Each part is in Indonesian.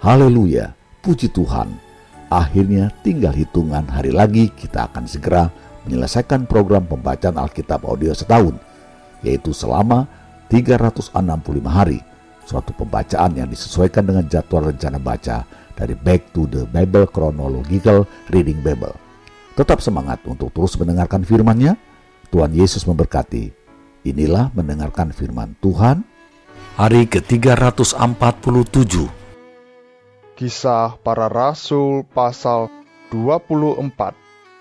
Haleluya, puji Tuhan. Akhirnya tinggal hitungan hari lagi kita akan segera menyelesaikan program pembacaan Alkitab audio setahun, yaitu selama 365 hari. Suatu pembacaan yang disesuaikan dengan jadwal rencana baca dari Back to the Bible Chronological Reading Bible. Tetap semangat untuk terus mendengarkan firman-Nya. Tuhan Yesus memberkati. Inilah mendengarkan firman Tuhan. Hari ke-347. Kisah Para Rasul pasal 24.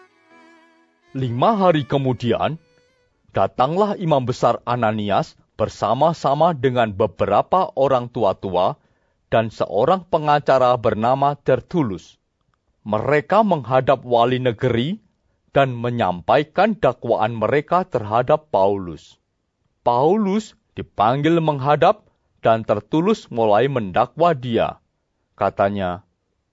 5 hari kemudian, datanglah Imam Besar Ananias bersama-sama dengan beberapa orang tua-tua dan seorang pengacara bernama Tertulus. Mereka menghadap wali negeri dan menyampaikan dakwaan mereka terhadap Paulus. Paulus dipanggil menghadap dan Tertulus mulai mendakwa dia. Katanya,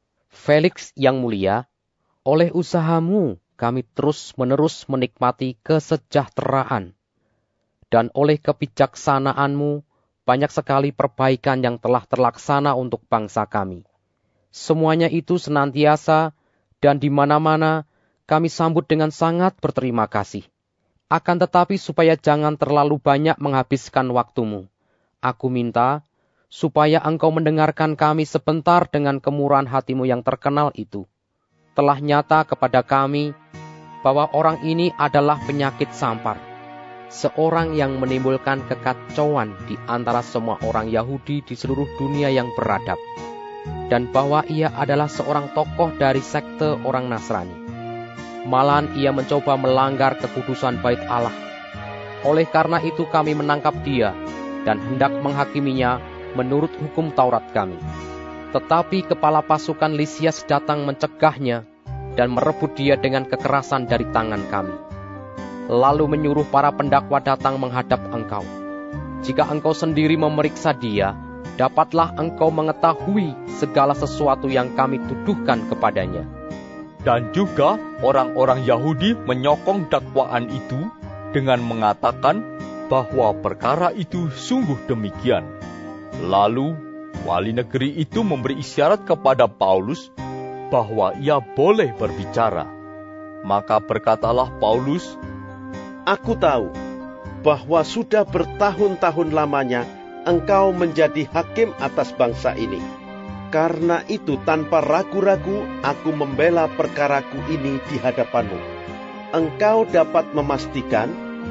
Felix yang mulia, oleh usahamu kami terus-menerus menikmati kesejahteraan, dan oleh kebijaksanaanmu banyak sekali perbaikan yang telah terlaksana untuk bangsa kami. Semuanya itu senantiasa dan di mana-mana kami sambut dengan sangat berterima kasih. Akan tetapi supaya jangan terlalu banyak menghabiskan waktumu, aku minta supaya engkau mendengarkan kami sebentar dengan kemurahan hatimu yang terkenal itu. Telah nyata kepada kami bahwa orang ini adalah penyakit sampar, seorang yang menimbulkan kekacauan di antara semua orang Yahudi di seluruh dunia yang beradab, dan bahwa ia adalah seorang tokoh dari sekte orang Nasrani. Malahan ia mencoba melanggar kekudusan bait Allah. Oleh karena itu kami menangkap dia dan hendak menghakiminya menurut hukum Taurat kami. Tetapi kepala pasukan Lisias datang mencegahnya dan merebut dia dengan kekerasan dari tangan kami. Lalu menyuruh para pendakwa datang menghadap engkau. Jika engkau sendiri memeriksa dia, dapatlah engkau mengetahui segala sesuatu yang kami tuduhkan kepadanya. dan juga orang-orang Yahudi menyokong dakwaan itu dengan mengatakan bahwa perkara itu sungguh demikian. Lalu, wali negeri itu memberi isyarat kepada Paulus bahwa ia boleh berbicara. Maka berkatalah Paulus, "Aku tahu bahwa sudah bertahun-tahun lamanya engkau menjadi hakim atas bangsa ini. Karena itu tanpa ragu-ragu aku membela perkaraku ini di hadapanmu. Engkau dapat memastikan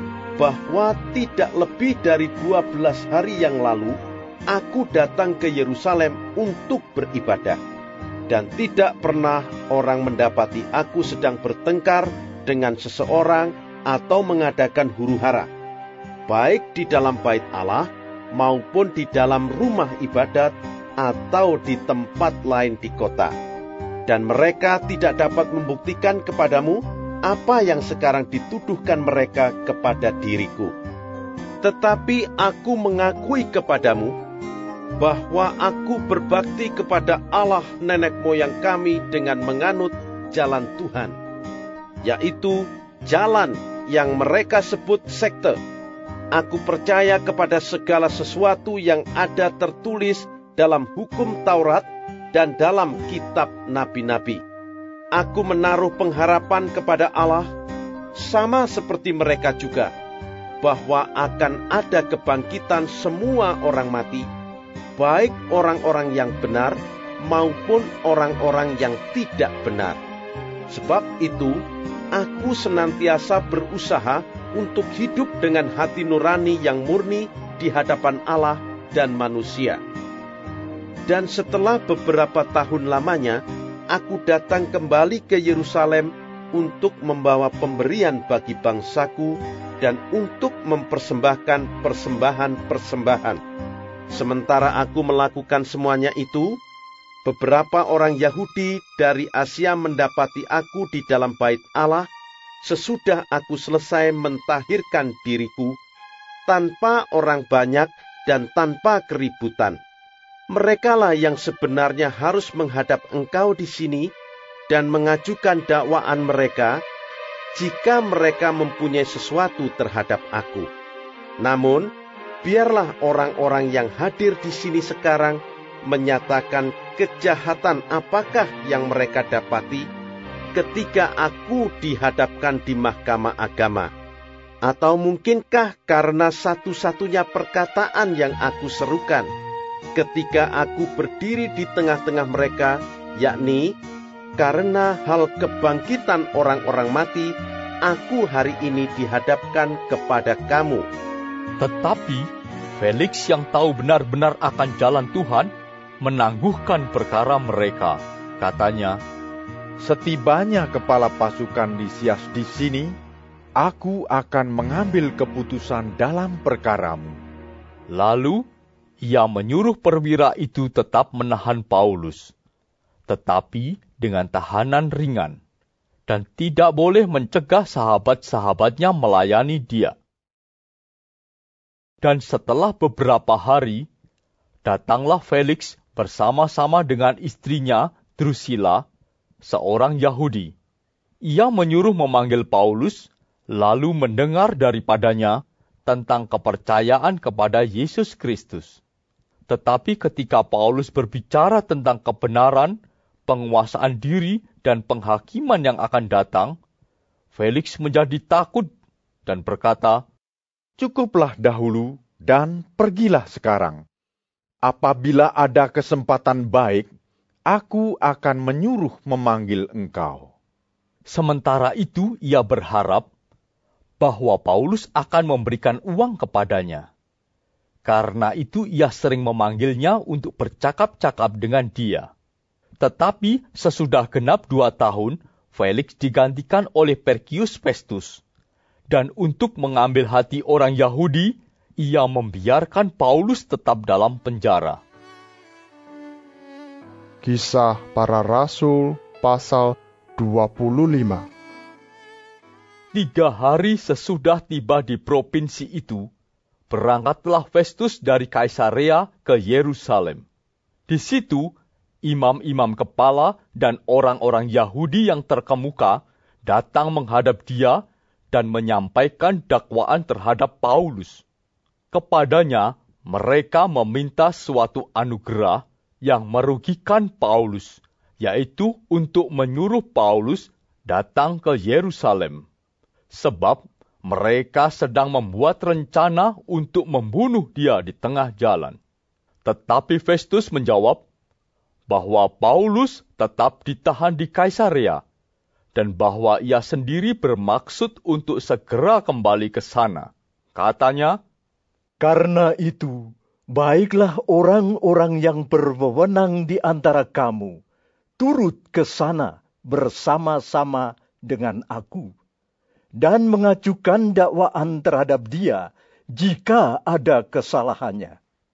bahwa tidak lebih dari 12 hari yang lalu aku datang ke Yerusalem untuk beribadah. Dan tidak pernah orang mendapati aku sedang bertengkar dengan seseorang atau mengadakan huru-hara, baik di dalam bait Allah maupun di dalam rumah ibadat atau di tempat lain di kota. Dan mereka tidak dapat membuktikan kepadamu apa yang sekarang dituduhkan mereka kepada diriku. Tetapi aku mengakui kepadamu bahwa aku berbakti kepada Allah nenek moyang kami dengan menganut jalan Tuhan, yaitu jalan yang mereka sebut sekte. Aku percaya kepada segala sesuatu yang ada tertulis dalam hukum Taurat dan dalam kitab nabi-nabi. Aku menaruh pengharapan kepada Allah, sama seperti mereka juga, bahwa akan ada kebangkitan semua orang mati, baik orang-orang yang benar maupun orang-orang yang tidak benar. Sebab itu, aku senantiasa berusaha untuk hidup dengan hati nurani yang murni di hadapan Allah dan manusia. Dan setelah beberapa tahun lamanya, aku datang kembali ke Yerusalem untuk membawa pemberian bagi bangsaku dan untuk mempersembahkan persembahan-persembahan. Sementara aku melakukan semuanya itu, beberapa orang Yahudi dari Asia mendapati aku di dalam bait Allah sesudah aku selesai mentahirkan diriku, tanpa orang banyak dan tanpa keributan. Merekalah yang sebenarnya harus menghadap engkau di sini dan mengajukan dakwaan mereka jika mereka mempunyai sesuatu terhadap aku. Namun, biarlah orang-orang yang hadir di sini sekarang menyatakan kejahatan apakah yang mereka dapati ketika aku dihadapkan di mahkamah agama? Atau mungkinkah karena satu-satunya perkataan yang aku serukan ketika aku berdiri di tengah-tengah mereka, yakni, karena hal kebangkitan orang-orang mati, aku hari ini dihadapkan kepada kamu. Tetapi Felix yang tahu benar-benar akan jalan Tuhan, menangguhkan perkara mereka. Katanya, setibanya kepala pasukan Lisias di sini, aku akan mengambil keputusan dalam perkaramu. Lalu ia menyuruh perwira itu tetap menahan Paulus, tetapi dengan tahanan ringan, dan tidak boleh mencegah sahabat-sahabatnya melayani dia. Dan setelah beberapa hari, datanglah Felix bersama-sama dengan istrinya Drusilla, seorang Yahudi. Ia menyuruh memanggil Paulus, lalu mendengar daripadanya tentang kepercayaan kepada Yesus Kristus. Tetapi ketika Paulus berbicara tentang kebenaran, penguasaan diri, dan penghakiman yang akan datang, Felix menjadi takut dan berkata, cukuplah dahulu dan pergilah sekarang. Apabila ada kesempatan baik, aku akan menyuruh memanggil engkau. Sementara itu ia berharap bahwa Paulus akan memberikan uang kepadanya. Karena itu ia sering memanggilnya untuk bercakap-cakap dengan dia. Tetapi sesudah genap 2 tahun, Felix digantikan oleh Porcius Festus. Dan untuk mengambil hati orang Yahudi, ia membiarkan Paulus tetap dalam penjara. Kisah Para Rasul pasal 25. 3 hari sesudah tiba di provinsi itu, berangkatlah Festus dari Kaisarea ke Yerusalem. Di situ, imam-imam kepala dan orang-orang Yahudi yang terkemuka datang menghadap dia dan menyampaikan dakwaan terhadap Paulus. Kepadanya, mereka meminta suatu anugerah yang merugikan Paulus, yaitu untuk menyuruh Paulus datang ke Yerusalem. Sebab mereka sedang membuat rencana untuk membunuh dia di tengah jalan. Tetapi Festus menjawab bahwa Paulus tetap ditahan di Kaisarea, dan bahwa ia sendiri bermaksud untuk segera kembali ke sana. Katanya, karena itu, baiklah orang-orang yang berwenang di antara kamu, turut ke sana bersama-sama dengan aku, dan mengajukan dakwaan terhadap dia jika ada kesalahannya.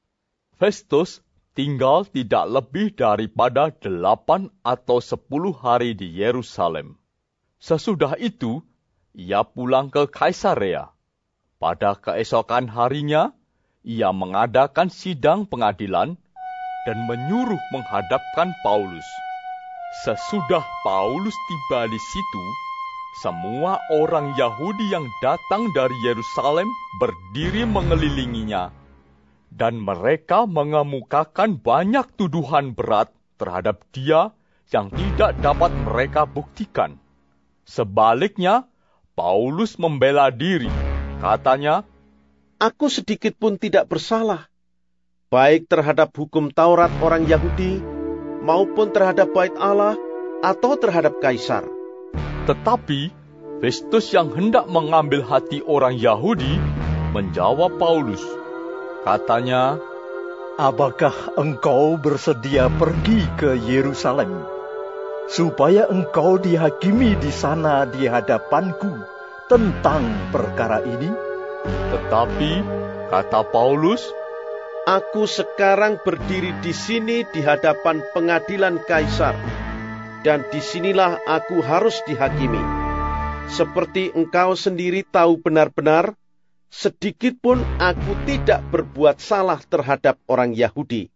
Festus tinggal tidak lebih daripada 8 atau 10 hari di Yerusalem. Sesudah itu, ia pulang ke Kaisarea. Pada keesokan harinya, ia mengadakan sidang pengadilan dan menyuruh menghadapkan Paulus. Sesudah Paulus tiba di situ, semua orang Yahudi yang datang dari Yerusalem berdiri mengelilinginya, dan mereka mengemukakan banyak tuduhan berat terhadap dia yang tidak dapat mereka buktikan. Sebaliknya, Paulus membela diri. Katanya, aku sedikit pun tidak bersalah, baik terhadap hukum Taurat orang Yahudi, maupun terhadap bait Allah, atau terhadap Kaisar. Tetapi, Festus yang hendak mengambil hati orang Yahudi, menjawab Paulus. Katanya, apakah engkau bersedia pergi ke Yerusalem, supaya engkau dihakimi di sana di hadapanku tentang perkara ini? Tetapi, kata Paulus, aku sekarang berdiri di sini di hadapan pengadilan Kaisar, dan disinilah aku harus dihakimi. Seperti engkau sendiri tahu benar-benar, sedikit pun aku tidak berbuat salah terhadap orang Yahudi.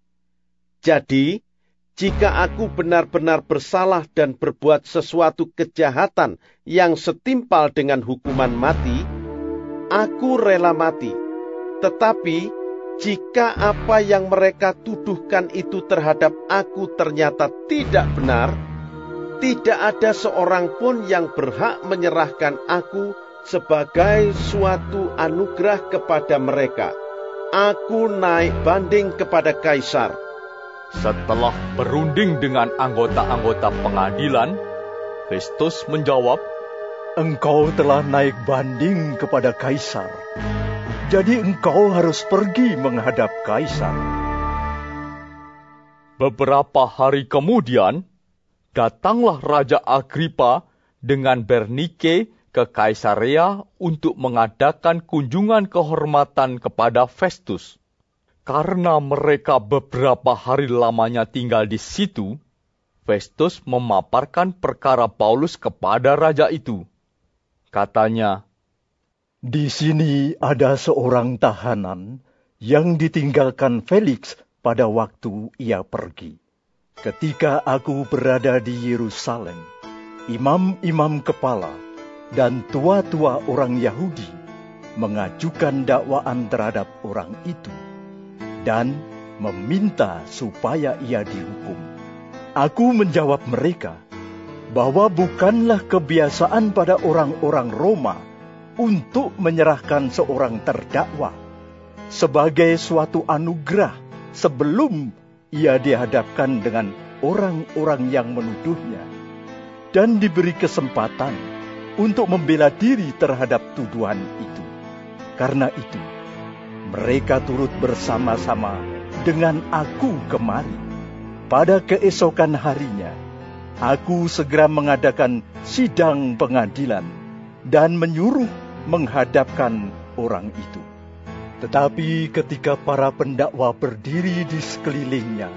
Jadi, jika aku benar-benar bersalah dan berbuat sesuatu kejahatan yang setimpal dengan hukuman mati, aku rela mati. Tetapi, Jika apa yang mereka tuduhkan itu terhadap aku ternyata tidak benar, tidak ada seorang pun yang berhak menyerahkan aku sebagai suatu anugerah kepada mereka. Aku naik banding kepada Kaisar." Setelah berunding dengan anggota-anggota pengadilan, Festus menjawab, "Engkau telah naik banding kepada Kaisar. Jadi engkau harus pergi menghadap Kaisar." Beberapa hari kemudian, datanglah Raja Agripa dengan Bernike ke Kaisarea untuk mengadakan kunjungan kehormatan kepada Festus. Karena mereka beberapa hari lamanya tinggal di situ, Festus memaparkan perkara Paulus kepada raja itu. Katanya, "Di sini ada seorang tahanan yang ditinggalkan Felix pada waktu ia pergi. Ketika aku berada di Yerusalem, imam-imam kepala dan tua-tua orang Yahudi mengajukan dakwaan terhadap orang itu dan meminta supaya ia dihukum. Aku menjawab mereka bahwa bukanlah kebiasaan pada orang-orang Roma untuk menyerahkan seorang terdakwa sebagai suatu anugerah sebelum ia dihadapkan dengan orang-orang yang menuduhnya dan diberi kesempatan untuk membela diri terhadap tuduhan itu. Karena itu, mereka turut bersama-sama dengan aku kemari. Pada keesokan harinya, aku segera mengadakan sidang pengadilan dan menyuruh menghadapkan orang itu. Tetapi ketika para pendakwa berdiri di sekelilingnya,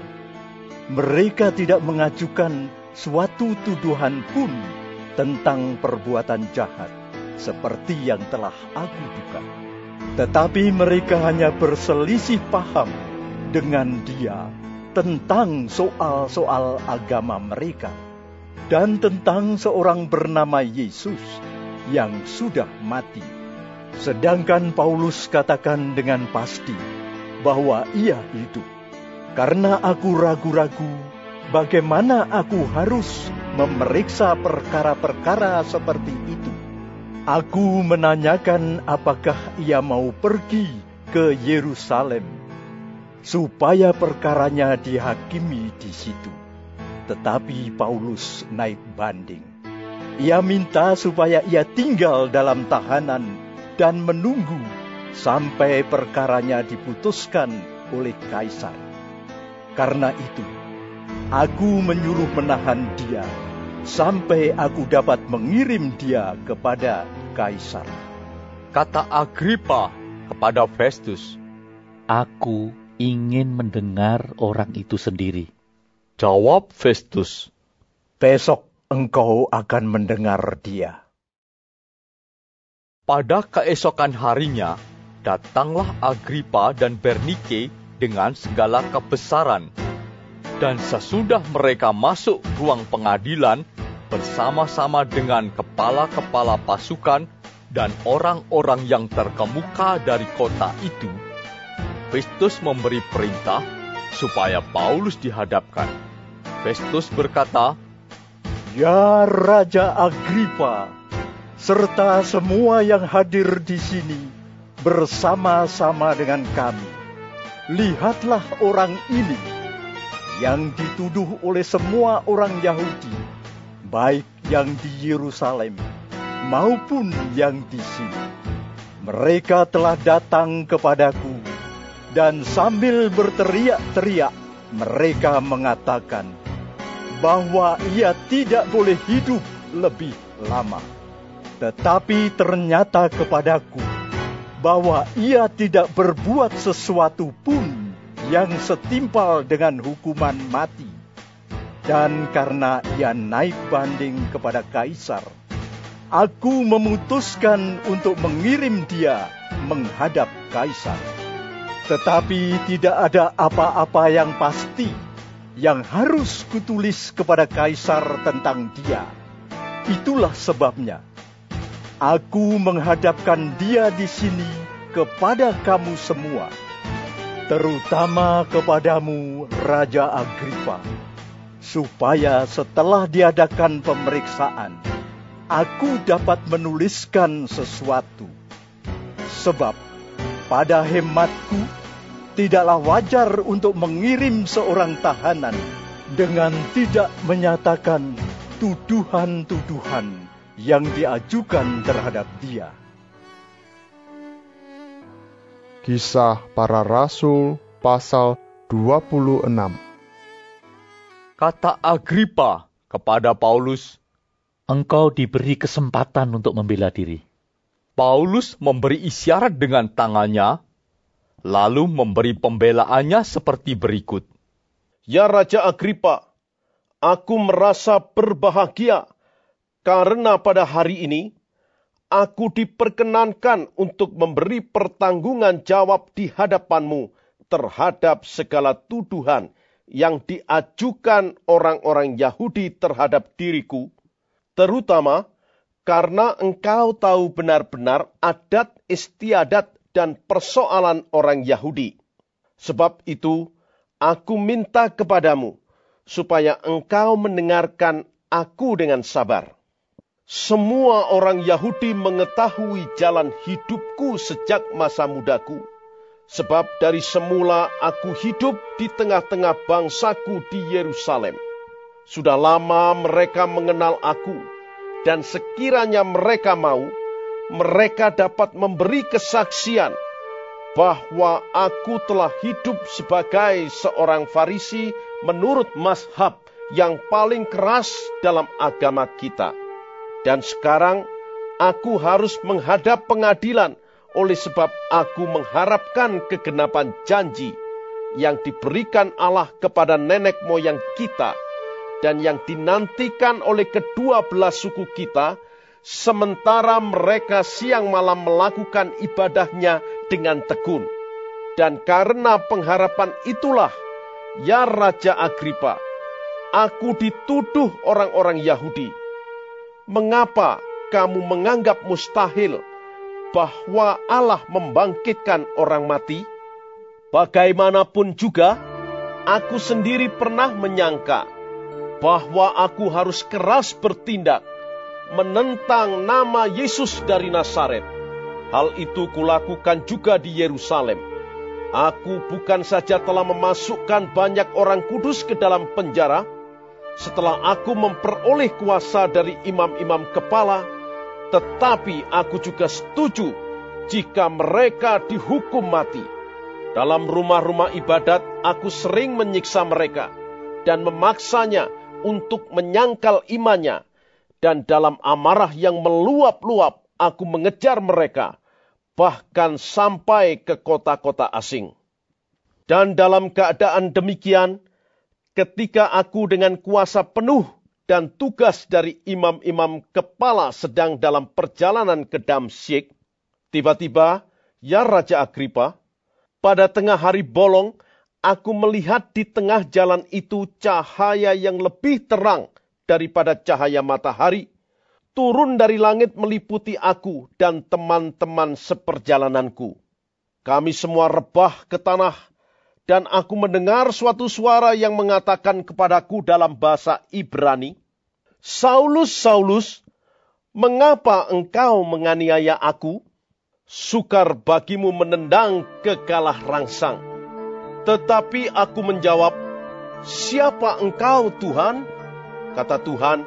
mereka tidak mengajukan suatu tuduhan pun tentang perbuatan jahat seperti yang telah aku duga. Tetapi mereka hanya berselisih paham dengan dia tentang soal-soal agama mereka dan tentang seorang bernama Yesus yang sudah mati. Sedangkan Paulus katakan dengan pasti bahwa ia hidup. Karena aku ragu-ragu bagaimana aku harus memeriksa perkara-perkara seperti itu, aku menanyakan apakah ia mau pergi ke Yerusalem supaya perkaranya dihakimi di situ. Tetapi Paulus naik banding. Ia minta supaya ia tinggal dalam tahanan dan menunggu sampai perkaranya diputuskan oleh Kaisar. Karena itu, aku menyuruh menahan dia sampai aku dapat mengirim dia kepada Kaisar. Kata Agripa kepada Festus, "Aku ingin mendengar orang itu sendiri." Jawab Festus, "Besok engkau akan mendengar dia." Pada keesokan harinya, datanglah Agripa dan Bernike dengan segala kebesaran. Dan sesudah mereka masuk ruang pengadilan bersama-sama dengan kepala-kepala pasukan dan orang-orang yang terkemuka dari kota itu, Festus memberi perintah supaya Paulus dihadapkan. Festus berkata, "Ya Raja Agripa, serta semua yang hadir di sini bersama-sama dengan kami, lihatlah orang ini yang dituduh oleh semua orang Yahudi, baik yang di Yerusalem maupun yang di sini. Mereka telah datang kepadaku dan sambil berteriak-teriak mereka mengatakan bahwa ia tidak boleh hidup lebih lama. Tetapi ternyata kepadaku bahwa ia tidak berbuat sesuatu pun yang setimpal dengan hukuman mati. Dan karena ia naik banding kepada Kaisar, aku memutuskan untuk mengirim dia menghadap Kaisar. Tetapi tidak ada apa-apa yang pasti yang harus kutulis kepada Kaisar tentang dia. Itulah sebabnya aku menghadapkan dia di sini kepada kamu semua. terutama kepadamu, Raja Agripa, supaya setelah diadakan pemeriksaan, aku dapat menuliskan sesuatu. Sebab pada hematku, tidaklah wajar untuk mengirim seorang tahanan dengan tidak menyatakan tuduhan-tuduhan yang diajukan terhadap dia. Kisah Para Rasul pasal 26. Kata Agripa kepada Paulus, Engkau diberi kesempatan untuk membela diri. Paulus memberi isyarat dengan tangannya, lalu memberi pembelaannya seperti berikut. Ya Raja Agripa, aku merasa berbahagia karena pada hari ini aku diperkenankan untuk memberi pertanggungan jawab di hadapanmu terhadap segala tuduhan yang diajukan orang-orang Yahudi terhadap diriku, terutama karena engkau tahu benar-benar adat istiadat dan persoalan orang Yahudi. Sebab itu, aku minta kepadamu, supaya engkau mendengarkan aku dengan sabar. Semua orang Yahudi mengetahui jalan hidupku sejak masa mudaku. Sebab dari semula aku hidup di tengah-tengah bangsaku di Yerusalem. Sudah lama mereka mengenal aku, dan sekiranya mereka mau, mereka dapat memberi kesaksian bahwa aku telah hidup sebagai seorang Farisi menurut mazhab yang paling keras dalam agama kita. Dan sekarang aku harus menghadap pengadilan oleh sebab aku mengharapkan kegenapan janji yang diberikan Allah kepada nenek moyang kita dan yang dinantikan oleh kedua belah suku kita, sementara mereka siang malam melakukan ibadahnya dengan tekun. Dan karena pengharapan itulah, ya Raja Agripa, aku dituduh orang-orang Yahudi. Mengapa kamu menganggap mustahil bahwa Allah membangkitkan orang mati? Bagaimanapun juga, aku sendiri pernah menyangka bahwa aku harus keras bertindak menentang nama Yesus dari Nazaret. Hal itu kulakukan juga di Yerusalem. Aku bukan saja telah memasukkan banyak orang kudus ke dalam penjara, setelah aku memperoleh kuasa dari imam-imam kepala, tetapi aku juga setuju jika mereka dihukum mati. Dalam rumah-rumah ibadat, aku sering menyiksa mereka dan memaksanya untuk menyangkal imannya. Dan dalam amarah yang meluap-luap, aku mengejar mereka, bahkan sampai ke kota-kota asing. Dan dalam keadaan demikian, ketika aku dengan kuasa penuh dan tugas dari imam-imam kepala sedang dalam perjalanan ke Damsyik, tiba-tiba, ya Raja Agripa, pada tengah hari bolong, aku melihat di tengah jalan itu cahaya yang lebih terang daripada cahaya matahari, turun dari langit meliputi aku dan teman-teman seperjalananku. Kami semua rebah ke tanah, dan aku mendengar suatu suara yang mengatakan kepadaku dalam bahasa Ibrani, Saulus, Saulus, mengapa engkau menganiaya aku? Sukar bagimu menendang kekalah rangsang. Tetapi aku menjawab, siapa engkau Tuhan? Kata Tuhan,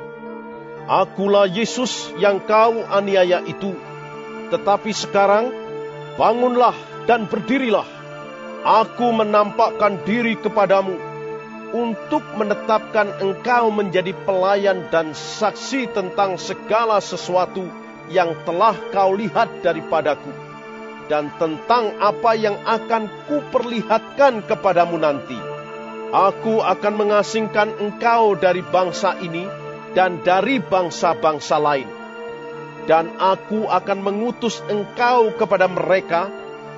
akulah Yesus yang kau aniaya itu. Tetapi sekarang, bangunlah dan berdirilah. Aku menampakkan diri kepadamu untuk menetapkan engkau menjadi pelayan dan saksi tentang segala sesuatu yang telah kau lihat daripadaku, dan tentang apa yang akan kuperlihatkan kepadamu nanti. Aku akan mengasingkan engkau dari bangsa ini dan dari bangsa-bangsa lain. Dan aku akan mengutus engkau kepada mereka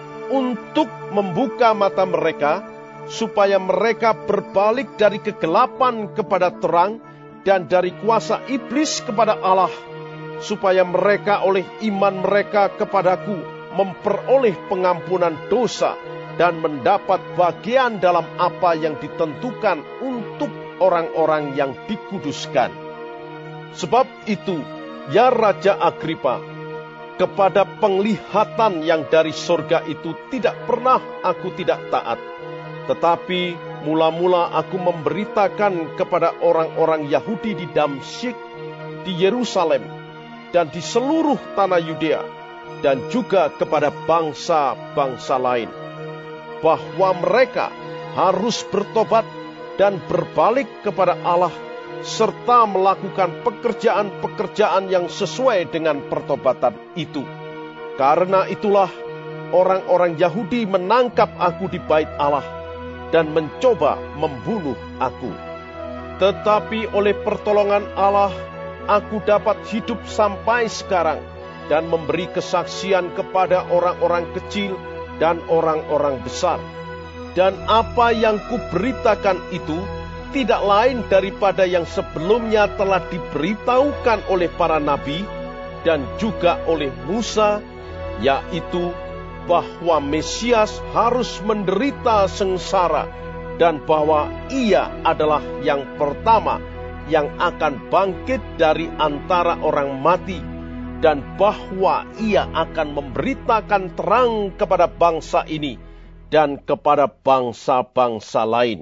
untuk membuka mata mereka, supaya mereka berbalik dari kegelapan kepada terang dan dari kuasa iblis kepada Allah, supaya mereka oleh iman mereka kepadaku memperoleh pengampunan dosa dan mendapat bagian dalam apa yang ditentukan untuk orang-orang yang dikuduskan. Sebab itu, ya Raja Agripa, kepada penglihatan yang dari sorga itu tidak pernah aku tidak taat. Tetapi mula-mula aku memberitakan kepada orang-orang Yahudi di Damsyik, di Yerusalem, dan di seluruh tanah Yudea, dan juga kepada bangsa-bangsa lain, bahwa mereka harus bertobat dan berbalik kepada Allah, serta melakukan pekerjaan-pekerjaan yang sesuai dengan pertobatan itu. Karena itulah orang-orang Yahudi menangkap aku di bait Allah dan mencoba membunuh aku. Tetapi oleh pertolongan Allah, aku dapat hidup sampai sekarang dan memberi kesaksian kepada orang-orang kecil dan orang-orang besar. Dan apa yang kuberitakan itu tidak lain daripada yang sebelumnya telah diberitahukan oleh para nabi dan juga oleh Musa, yaitu bahwa Mesias harus menderita sengsara dan bahwa ia adalah yang pertama yang akan bangkit dari antara orang mati, dan bahwa ia akan memberitakan terang kepada bangsa ini dan kepada bangsa-bangsa lain.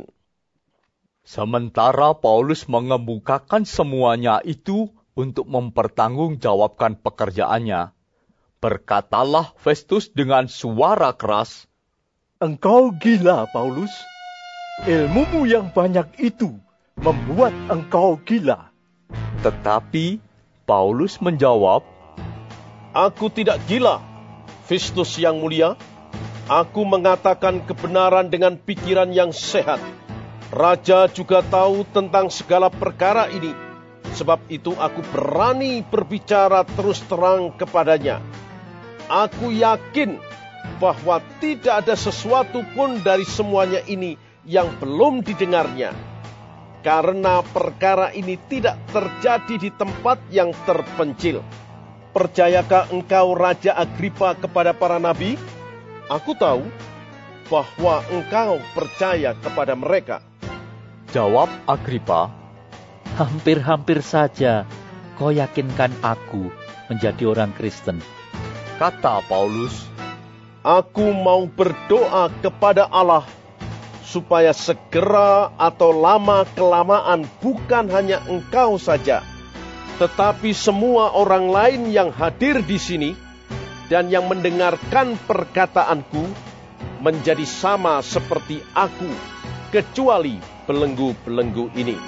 Sementara Paulus mengemukakan semuanya itu untuk mempertanggungjawabkan pekerjaannya, berkatalah Festus dengan suara keras, "Engkau gila, Paulus. Ilmumu yang banyak itu membuat engkau gila." Tetapi Paulus menjawab, "Aku tidak gila, Festus yang mulia. Aku mengatakan kebenaran dengan pikiran yang sehat. Raja juga tahu tentang segala perkara ini. Sebab itu aku berani berbicara terus terang kepadanya. Aku yakin bahwa tidak ada sesuatu pun dari semuanya ini yang belum didengarnya. Karena perkara ini tidak terjadi di tempat yang terpencil. Percayakah engkau, Raja Agripa, kepada para nabi? Aku tahu bahwa engkau percaya kepada mereka." Jawab Agripa, Hampir-hampir saja kau yakinkan aku menjadi orang Kristen. Kata Paulus, "Aku mau berdoa kepada Allah supaya segera atau lama-kelamaan bukan hanya engkau saja, tetapi semua orang lain yang hadir di sini dan yang mendengarkan perkataanku menjadi sama seperti aku, kecuali belenggu-belenggu ini."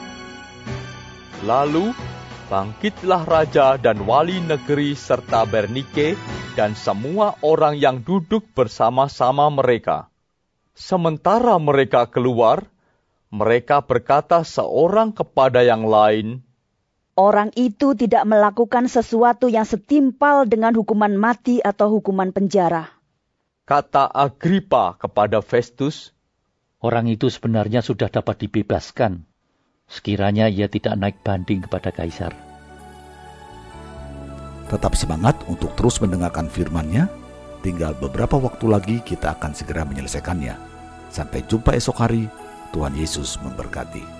Lalu bangkitlah raja dan wali negeri serta Bernike dan semua orang yang duduk bersama-sama mereka. Sementara mereka keluar, mereka berkata seorang kepada yang lain, "Orang itu tidak melakukan sesuatu yang setimpal dengan hukuman mati atau hukuman penjara." Kata Agripa kepada Festus, Orang itu sebenarnya sudah dapat dibebaskan, sekiranya ia tidak naik banding kepada Kaisar. Tetap semangat untuk terus mendengarkan firman-Nya. Tinggal beberapa waktu lagi kita akan segera menyelesaikannya. Sampai jumpa esok hari. Tuhan Yesus memberkati.